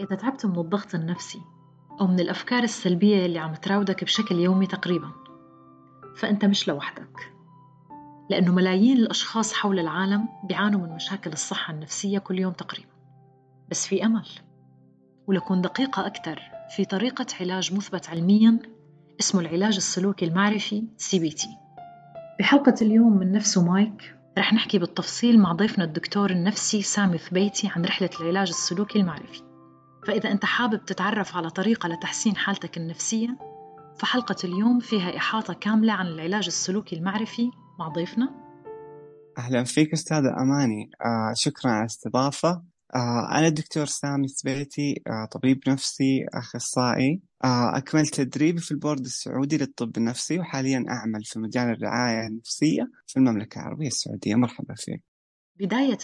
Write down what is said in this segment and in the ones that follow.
إذا تعبت من الضغط النفسي أو من الأفكار السلبية اللي عم تراودك بشكل يومي تقريبا، فأنت مش لوحدك، لأنه ملايين الأشخاص حول العالم بيعانوا من مشاكل الصحة النفسية كل يوم تقريبا. بس في أمل، ولكون دقيقة أكثر، في طريقة علاج مثبت علميا اسمه العلاج السلوكي المعرفي CBT. بحلقة اليوم من نفسه مايك رح نحكي بالتفصيل مع ضيفنا الدكتور النفسي سامي ثبيتي عن رحلة العلاج السلوكي المعرفي. فإذا أنت حابب تتعرف على طريقة لتحسين حالتك النفسية، فحلقة اليوم فيها إحاطة كاملة عن العلاج السلوكي المعرفي مع ضيفنا. أهلا فيك أستاذ أماني. شكرا على الاستضافة. أنا الدكتور سامي ثبيتي، طبيب نفسي أخصائي. أكملت تدريبي في البورد السعودي للطب النفسي، وحاليا أعمل في مجال الرعاية النفسية في المملكة العربية السعودية. مرحبا فيك. بداية،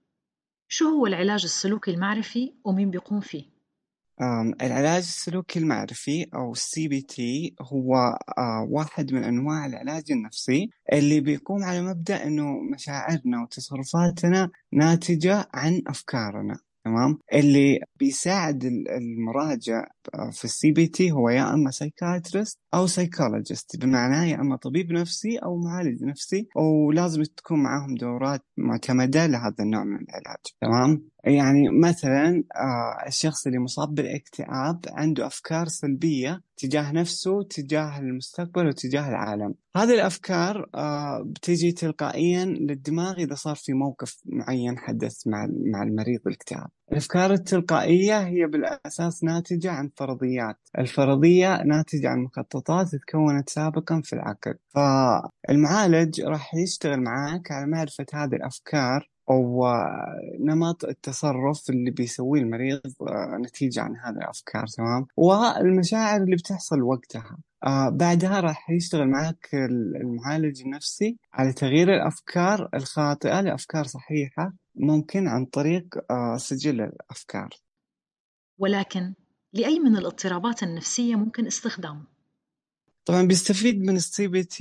شو هو العلاج السلوكي المعرفي ومين بيقوم فيه؟ العلاج السلوكي المعرفي أو CBT هو واحد من أنواع العلاج النفسي اللي بيقوم على مبدأ أنه مشاعرنا وتصرفاتنا ناتجة عن أفكارنا. تمام. اللي بيساعد المراجع في CBT هو يا أما سايكاتريست أو سايكولوجيست، بمعنى يا أما طبيب نفسي أو معالج نفسي، ولازم تكون معهم دورات معتمدة لهذا النوع من العلاج. تمام. يعني مثلا الشخص اللي مصاب بالاكتئاب عنده أفكار سلبية تجاه نفسه، تجاه المستقبل، وتجاه العالم. هذه الأفكار بتيجي تلقائيا للدماغ إذا صار في موقف معين حدث مع المريض بالاكتئاب. الأفكار التلقائية هي بالأساس ناتجة عن فرضيات، الفرضية ناتجة عن مخططات تكونت سابقا في العقل. فالمعالج راح يشتغل معاك على معرفة هذه الأفكار أو نمط التصرف اللي بيسويه المريض نتيجة عن هذه الأفكار. تمام. والمشاعر اللي بتحصل وقتها. بعدها راح يشتغل معك المعالج النفسي على تغيير الأفكار الخاطئة لأفكار صحيحة، ممكن عن طريق سجل الأفكار. ولكن لأي من الاضطرابات النفسية ممكن استخدامه؟ طبعا بيستفيد من CBT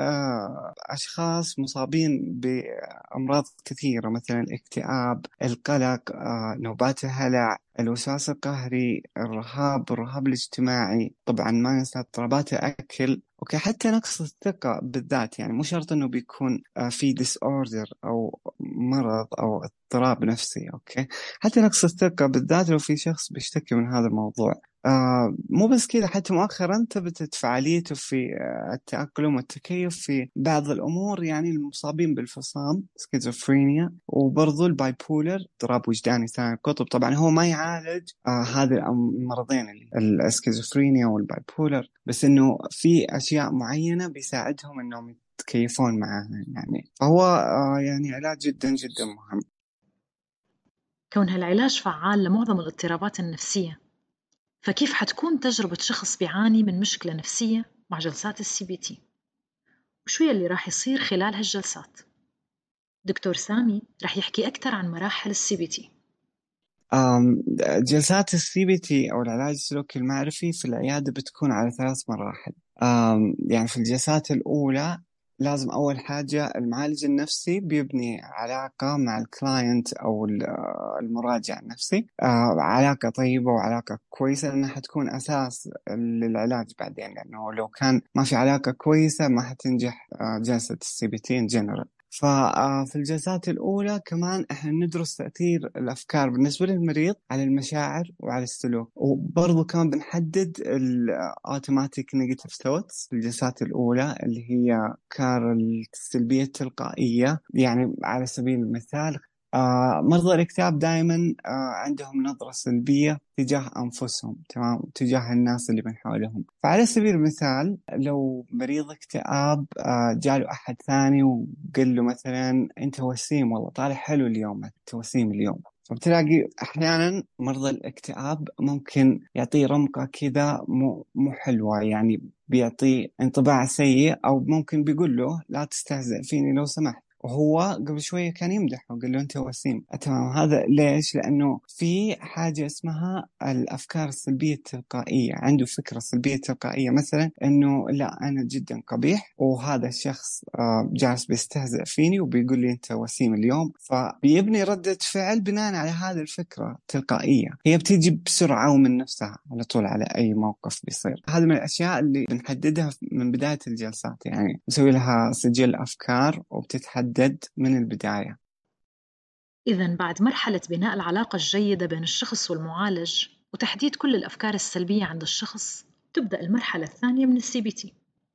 أشخاص مصابين بأمراض كثيرة، مثلا الاكتئاب، القلق، نوبات الهلع، الوسواس القهري، الرهاب الاجتماعي، طبعا ما ننسى اضطرابات الأكل. أوكي، حتى نقص الثقة بالذات، يعني مو شرط إنه بيكون في disorder أو مرض أو اضطراب نفسي. أوكي، حتى نقص الثقة بالذات لو في شخص بيشتكي من هذا الموضوع. مو بس كذا، حتى مؤخرا ثبتت فعاليته في التأقلم والتكيف في بعض الأمور، يعني المصابين بالفصام سكيزوفرينيا، وبرضو البايبولر اضطراب وجداني ثاني القطب. طبعا هو ما يعالج هذه المرضين اللي السكيزوفرينيا والبايبولر، بس إنه في أشياء معينة بيساعدهم إنهم يتكيفون معها. يعني فهو يعني علاج جدا جدا مهم. كون هالعلاج فعال لمعظم الاضطرابات النفسية، فكيف حتكون تجربة شخص بيعاني من مشكلة نفسية مع جلسات CBT؟ وشو يلي راح يصير خلال هالجلسات؟ دكتور سامي راح يحكي أكثر عن مراحل CBT. جلسات CBT أو العلاج السلوكي المعرفي في العيادة بتكون على 3 مراحل. يعني في الجلسات الأولى لازم أول حاجة المعالج النفسي بيبني علاقة مع الكلاينت أو المراجع النفسي، علاقة طيبة وعلاقة كويسة، لأنها حتكون أساس للعلاج بعدين، لأنه لو كان ما في علاقة كويسة ما حتنجح جلسة CBT in general. ففي الجلسات الأولى كمان إحنا ندرس تأثير الأفكار بالنسبة للمريض على المشاعر وعلى السلوك، وبرضو كمان بنحدد ال automatic negative thoughts في الجلسات الأولى، اللي هي أفكار السلبية التلقائية. يعني على سبيل المثال مرضى الاكتئاب دائما عندهم نظرة سلبية تجاه أنفسهم، تمام، تجاه الناس اللي من حولهم. فعلى سبيل المثال لو مريض اكتئاب جاله أحد ثاني وقال له مثلا أنت وسيم، والله طالع حلو اليوم، أنت وسيم اليوم. فبتلاقي أحيانا مرضى الاكتئاب ممكن يعطيه رمقة كذا مو حلوة، يعني بيعطيه انطباع سيء، أو ممكن بيقول له لا تستهزئ فيني لو سمحت. وهو قبل شوية كان يمدحه وقال له أنت وسيم. تمام. هذا ليش؟ لأنه في حاجة اسمها الأفكار السلبية التلقائية. عنده فكرة سلبية تلقائية، مثلا أنه لا أنا جدا قبيح، وهذا الشخص جالس بيستهزئ فيني وبيقول لي أنت وسيم اليوم، فبيبني ردة فعل بناء على هذه الفكرة التلقائية. هي بتيجي بسرعة ومن نفسها على طول على أي موقف بيصير. هذا من الأشياء اللي بنحددها من بداية الجلسات، يعني نسوي لها سجل أفكار وبتتحدد من البداية. إذن بعد مرحلة بناء العلاقة الجيدة بين الشخص والمعالج وتحديد كل الأفكار السلبية عند الشخص، تبدأ المرحلة الثانية من الCBT.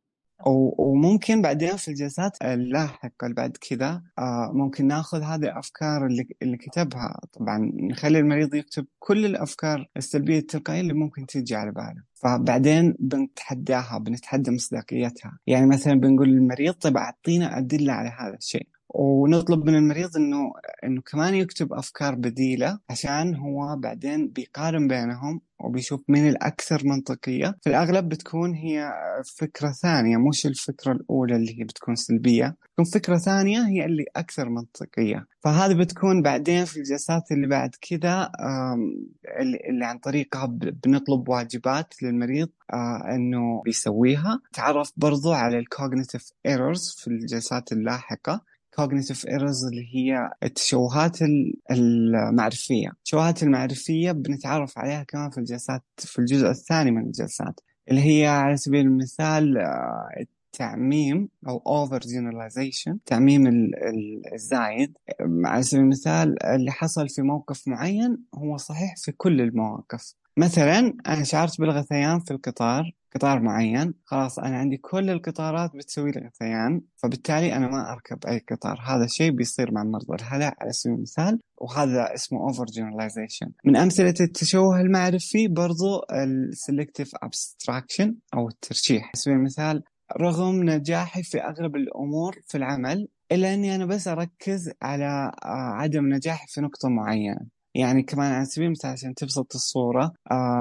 وممكن بعدين في الجلسات اللاحقة اللي بعد كذا ممكن ناخذ هذه الأفكار اللي كتبها، طبعا نخلي المريض يكتب كل الأفكار السلبية التلقائية اللي ممكن تيجي على باله، فبعدين بنتحداها، بنتحدى مصداقيتها. يعني مثلا بنقول للمريض طيب أعطينا أدلة على هذا الشيء، ونطلب من المريض إنه كمان يكتب أفكار بديلة عشان هو بعدين بيقارن بينهم وبيشوف مين الأكثر منطقية. في الأغلب بتكون هي فكرة ثانية، مش الفكرة الأولى اللي هي بتكون سلبية، تكون فكرة ثانية هي اللي أكثر منطقية. فهذه بتكون بعدين في الجلسات اللي بعد كذا اللي عن طريقها بنطلب واجبات للمريض إنه بيسويها. تعرف برضو على الكوغنيتيف ايرورز في الجلسات اللاحقة. cognitive errors اللي هي التشوهات المعرفية. التشوهات المعرفية بنتعرف عليها كمان في الجلسات في الجزء الثاني من الجلسات، اللي هي على سبيل المثال التعميم أو over generalization، تعميم الزايد. على سبيل المثال اللي حصل في موقف معين هو صحيح في كل المواقف. مثلا أنا شعرت بالغثيان في قطار معين، خلاص أنا عندي كل القطارات بتسوي لي غثيان، فبالتالي أنا ما أركب أي قطار. هذا الشيء بيصير مع مرضى الهلع على سبيل المثال، وهذا اسمه over generalization. من أمثلة التشوه المعرفي برضو selective abstraction أو الترشيح. على سبيل المثال رغم نجاحي في أغلب الأمور في العمل، إلا أني أنا بس أركز على عدم نجاحي في نقطة معينة. يعني كمان على سبيل المثال عشان تبسط الصورة،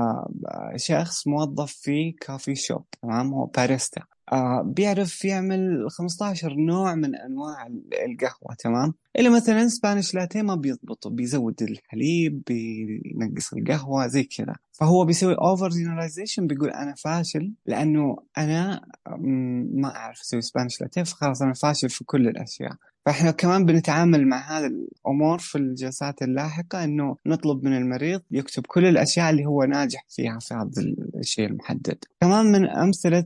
شخص موظف في كافي شوب، تمام، هو باريستا، بيعرف يعمل 15 نوع من أنواع القهوة، تمام، إلا مثلا سبانيش لاتيه ما بيضبط، بيزود الحليب، بينقص القهوة زي كذا. فهو بيسوي اوفر جنراليزيشن، بيقول أنا فاشل لأنه أنا ما أعرف أسوي سبانيش لاتيه، فخلاص أنا فاشل في كل الأشياء. فإحنا كمان بنتعامل مع هذه الأمور في الجلسات اللاحقة، إنه نطلب من المريض يكتب كل الأشياء اللي هو ناجح فيها في هذا الشيء المحدد. كمان من أمثلة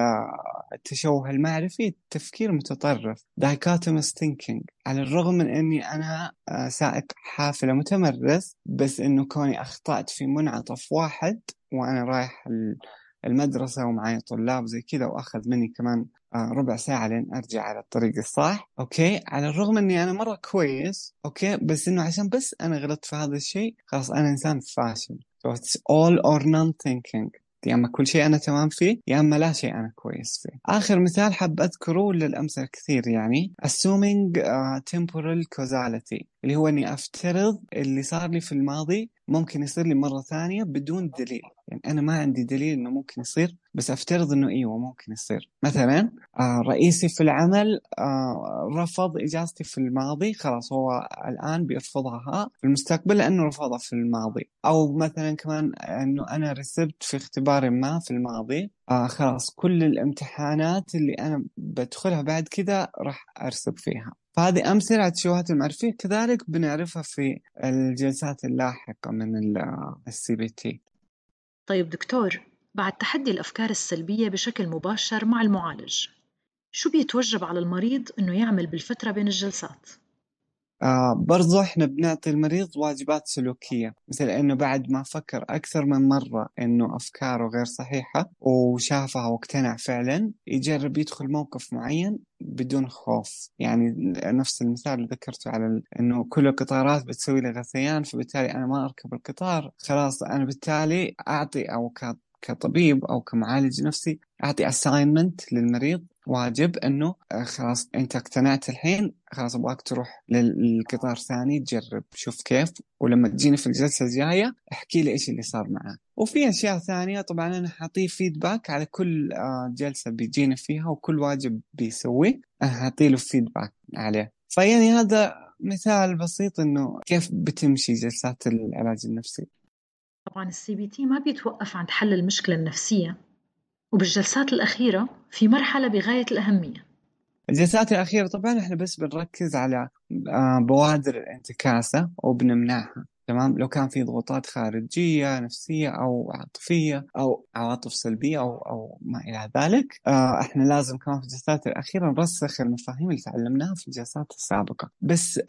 التشوه المعرفي التفكير المتطرف dichotomous thinking. على الرغم من أني أنا سائق حافلة متمرس، بس إنه كوني أخطأت في منعطف واحد وأنا رايح المدرسة ومعي طلاب زي كذا، وأخذ مني كمان ربع ساعة لين أرجع على الطريق الصح، أوكي، على الرغم أني أنا مرة كويس، أوكي، بس إنه عشان بس أنا غلطت في هذا الشيء خلاص أنا إنسان فاشل. So it's all or none thinking. يا أما كل شيء أنا تمام فيه، يا أما لا شيء أنا كويس فيه. آخر مثال حاب أذكره للأمثلة كثير، يعني assuming temporal causality، اللي هو أني أفترض اللي صار لي في الماضي ممكن يصير لي مرة ثانية بدون دليل. يعني أنا ما عندي دليل إنه ممكن يصير، بس أفترض إنه إيوه ممكن يصير. مثلا رئيسي في العمل رفض إجازتي في الماضي، خلاص هو الآن بيرفضها في المستقبل لأنه رفضها في الماضي. أو مثلا كمان إنه أنا رسبت في اختبار ما في الماضي، خلاص كل الامتحانات اللي أنا بدخلها بعد كذا راح أرسب فيها. فهذه أمثلة على التشوهات المعرفية، كذلك بنعرفها في الجلسات اللاحقة من الCBT. طيب دكتور، بعد تحدي الأفكار السلبية بشكل مباشر مع المعالج، شو بيتوجب على المريض إنه يعمل بالفترة بين الجلسات؟ برضو احنا بنعطي المريض واجبات سلوكية، مثل انه بعد ما فكر اكثر من مرة انه افكاره غير صحيحة وشافها واقتنع فعلا، يجرب يدخل موقف معين بدون خوف. يعني نفس المثال اللي ذكرته على انه كل القطارات بتسوي لي غثيان، فبالتالي انا ما اركب القطار. خلاص انا بالتالي اعطي او كطبيب او كمعالج نفسي اعطي assignment للمريض، واجب انه خلاص انت اقتنعت الحين، خلاص ابغاك تروح للقطار ثاني تجرب شوف كيف، ولما تجيني في الجلسة الجاية احكي لي ايش اللي صار معك. وفي اشياء ثانية طبعا انا حاطيه فيدباك على كل جلسة بيجينا فيها، وكل واجب بيسويه انا حاطي له فيدباك عليه. فيعني هذا مثال بسيط إنه كيف بتمشي جلسات العلاج النفسي. طبعاً الCBT ما بيتوقف عند حل المشكلة النفسية، وبالجلسات الأخيرة في مرحلة بغاية الأهمية. الجلسات الأخيرة طبعا احنا بس بنركز على بوادر الانتكاسة وبنمنعها. تمام، لو كان في ضغوطات خارجية نفسية أو عاطفية أو عواطف سلبية أو ما إلى ذلك، احنا لازم كمان في الجلسات الأخيرة نرسخ المفاهيم اللي تعلمناها في الجلسات السابقة. بس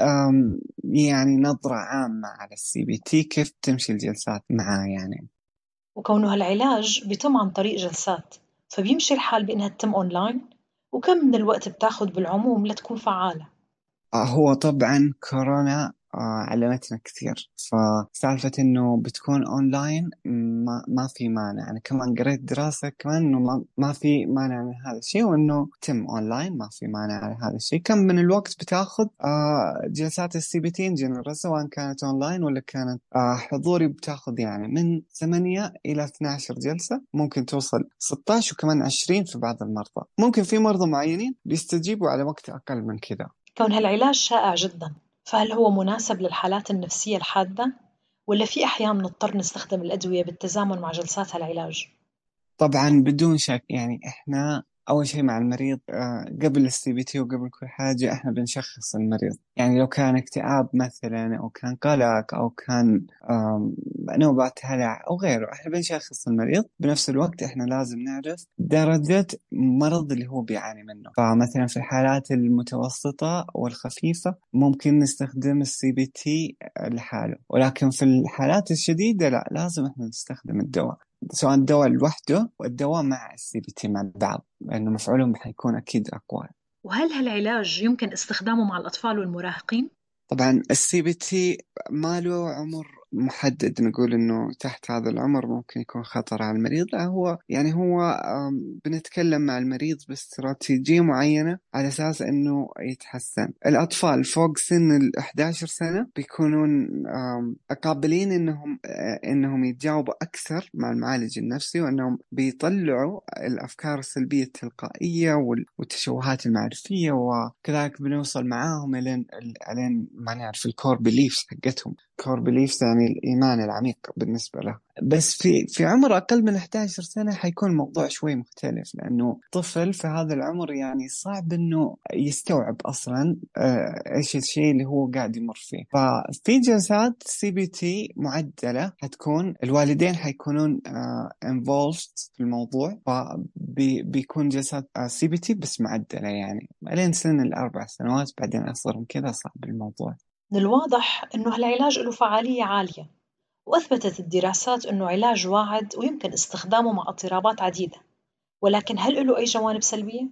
يعني نظرة عامة على الCBT كيف تمشي الجلسات معاه يعني. وكونه هالعلاج بيتم عن طريق جلسات، فبيمشي الحال بإنها تتم أونلاين، وكم من الوقت بتاخد بالعموم لتكون فعالة؟ هو طبعا كورونا علمتنا كثير، فسالفة انه بتكون اونلاين ما في مانع. انا كمان قريت دراسة كمان انه ما في مانع من هذا الشيء، وانه تم اونلاين ما في مانع على هذا الشيء. كم من الوقت بتاخذ جلسات الCBT جنرال سواء كانت اونلاين ولا كانت حضوري؟ بتاخذ يعني من 8 إلى 12 جلسة، ممكن توصل 16 وكمان 20 في بعض المرضى. ممكن في مرضى معينين بيستجيبوا على وقت أقل من كذا. كون هالعلاج شائع جدا، فهل هو مناسب للحالات النفسية الحادة؟ ولا في أحيان نضطر نستخدم الأدوية بالتزامن مع جلسات هالعلاج؟ طبعا بدون شك، يعني احنا اول شيء مع المريض قبل الCBT وقبل كل حاجة احنا بنشخص المريض. يعني لو كان اكتئاب مثلا او كان قلق او كان نوبات هلع او غيره، احنا بنشخص المريض. بنفس الوقت احنا لازم نعرف درجة مرض اللي هو بيعاني منه. فمثلا في الحالات المتوسطة والخفيفة ممكن نستخدم الCBT لحاله، ولكن في الحالات الشديدة لا، لازم احنا نستخدم الدواء، سواء الدواء لوحده والدواء مع الCBT مع بعض، لأنه مفعولهم حيكون أكيد أقوى. وهل هالعلاج يمكن استخدامه مع الأطفال والمراهقين؟ طبعا الCBT ما له عمر محدد نقول انه تحت هذا العمر ممكن يكون خطر على المريض. لا، هو يعني هو بنتكلم مع المريض باستراتيجية معينة على اساس انه يتحسن. الاطفال فوق سن 11 سنة بيكونون قابلين انهم يتجاوبوا اكثر مع المعالج النفسي، وانهم بيطلعوا الافكار السلبية التلقائية والتشوهات المعرفية، وكذلك بنوصل معاهم الين ما نعرف الكور بيليفز حقتهم. كور بيليفز يعني الإيمان العميق بالنسبة له. بس في عمر أقل من 11 سنة حيكون الموضوع شوي مختلف، لأنه طفل في هذا العمر يعني صعب إنه يستوعب أصلا إيش الشيء اللي هو قاعد يمر فيه. ففي جلسات CBT معدلة حتكون الوالدين حيكونون involved في الموضوع، فبيكون جلسات CBT بس معدلة يعني لين سن 4 سنوات، بعدين أصغر من كذا صعب الموضوع. من الواضح أنه هالعلاج له فعالية عالية، وأثبتت الدراسات أنه علاج واعد ويمكن استخدامه مع اضطرابات عديدة، ولكن هل له أي جوانب سلبية؟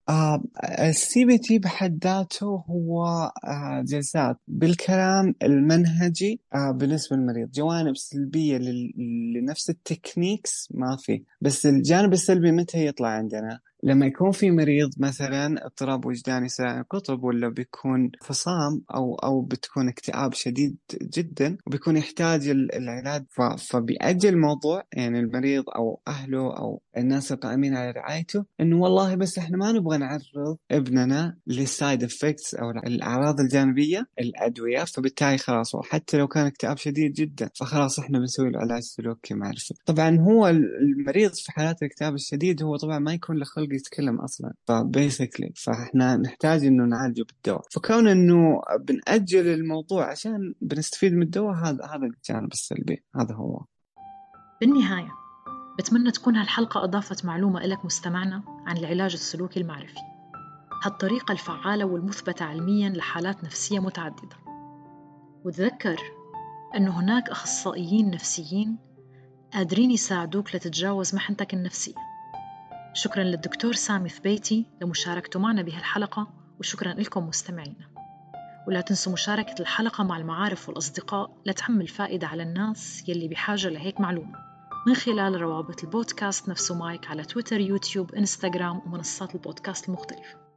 الCBT بحد ذاته هو جلسات بالكلام المنهجي بالنسبة للمريض. جوانب سلبية لنفس التكنيكس ما في، بس الجانب السلبي متى يطلع عندنا؟ لما يكون في مريض مثلا اضطراب وجداني ثنائي قطب، ولا بيكون فصام أو بتكون اكتئاب شديد جدا وبيكون يحتاج العلاج، فبيأجل الموضوع. يعني المريض أو أهله أو الناس القائمين على رعايته إنه والله بس إحنا ما نبغى نعرض ابننا للسايد افكتس أو الأعراض الجانبية الأدوية، فبالتالي خلاص حتى لو كان اكتئاب شديد جدا فخلاص إحنا بنسوي له علاج سلوكي معرفي. طبعا هو المريض في حالات الاكتئاب الشديد هو طبعا ما يكون له خلق يتكلم أصلا، فبيسكلي فإحنا نحتاج إنه نعالجه بالدواء. فكون إنه بنأجل الموضوع عشان بنستفيد من الدواء، هذا الجانب السلبي، هذا هو. بالنهاية بتمنى تكون هالحلقة أضافت معلومة إلك مستمعنا عن العلاج السلوكي المعرفي، هالطريقة الفعالة والمثبتة علمياً لحالات نفسية متعددة. وتذكر أنه هناك أخصائيين نفسيين قادرين يساعدوك لتتجاوز محنتك النفسية. شكراً للدكتور سامي ثبيتي لمشاركته معنا بهالحلقة، وشكراً لكم مستمعينا. ولا تنسوا مشاركة الحلقة مع المعارف والأصدقاء لتعم الفائدة على الناس يلي بحاجة لهيك معلومة، من خلال روابط البودكاست نفسه مايك على تويتر، يوتيوب، إنستغرام ومنصات البودكاست المختلفة.